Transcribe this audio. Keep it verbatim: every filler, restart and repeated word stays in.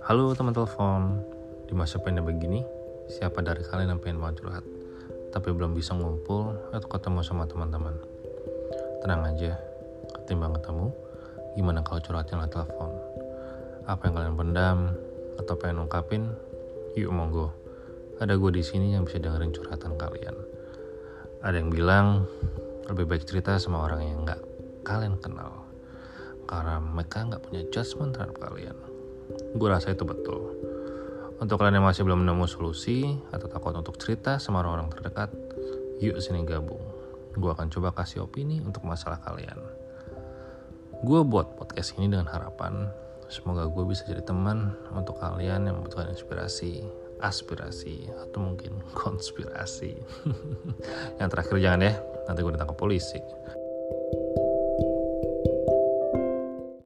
Halo teman telepon, di masa pandemi begini, siapa dari kalian yang pengen banget curhat, tapi belum bisa ngumpul atau ketemu sama teman-teman? Tenang aja, ketimbang ketemu, gimana kalau curhatnya lewat telepon? Apa yang kalian pendam atau pengen ungkapin? Yuk monggo, ada gue di sini yang bisa dengerin curhatan kalian. Ada yang bilang lebih baik cerita sama orang yang nggak kalian kenal, karena mereka nggak punya judgement terhadap kalian. Gue rasa itu betul. Untuk kalian yang masih belum nemu solusi atau takut untuk cerita sama orang-orang terdekat, yuk sini gabung. Gue akan coba kasih opini untuk masalah kalian. Gue buat podcast ini dengan harapan semoga gue bisa jadi teman untuk kalian yang membutuhkan inspirasi, aspirasi, atau mungkin konspirasi. Yang terakhir jangan ya, nanti gue ditangkap polisi.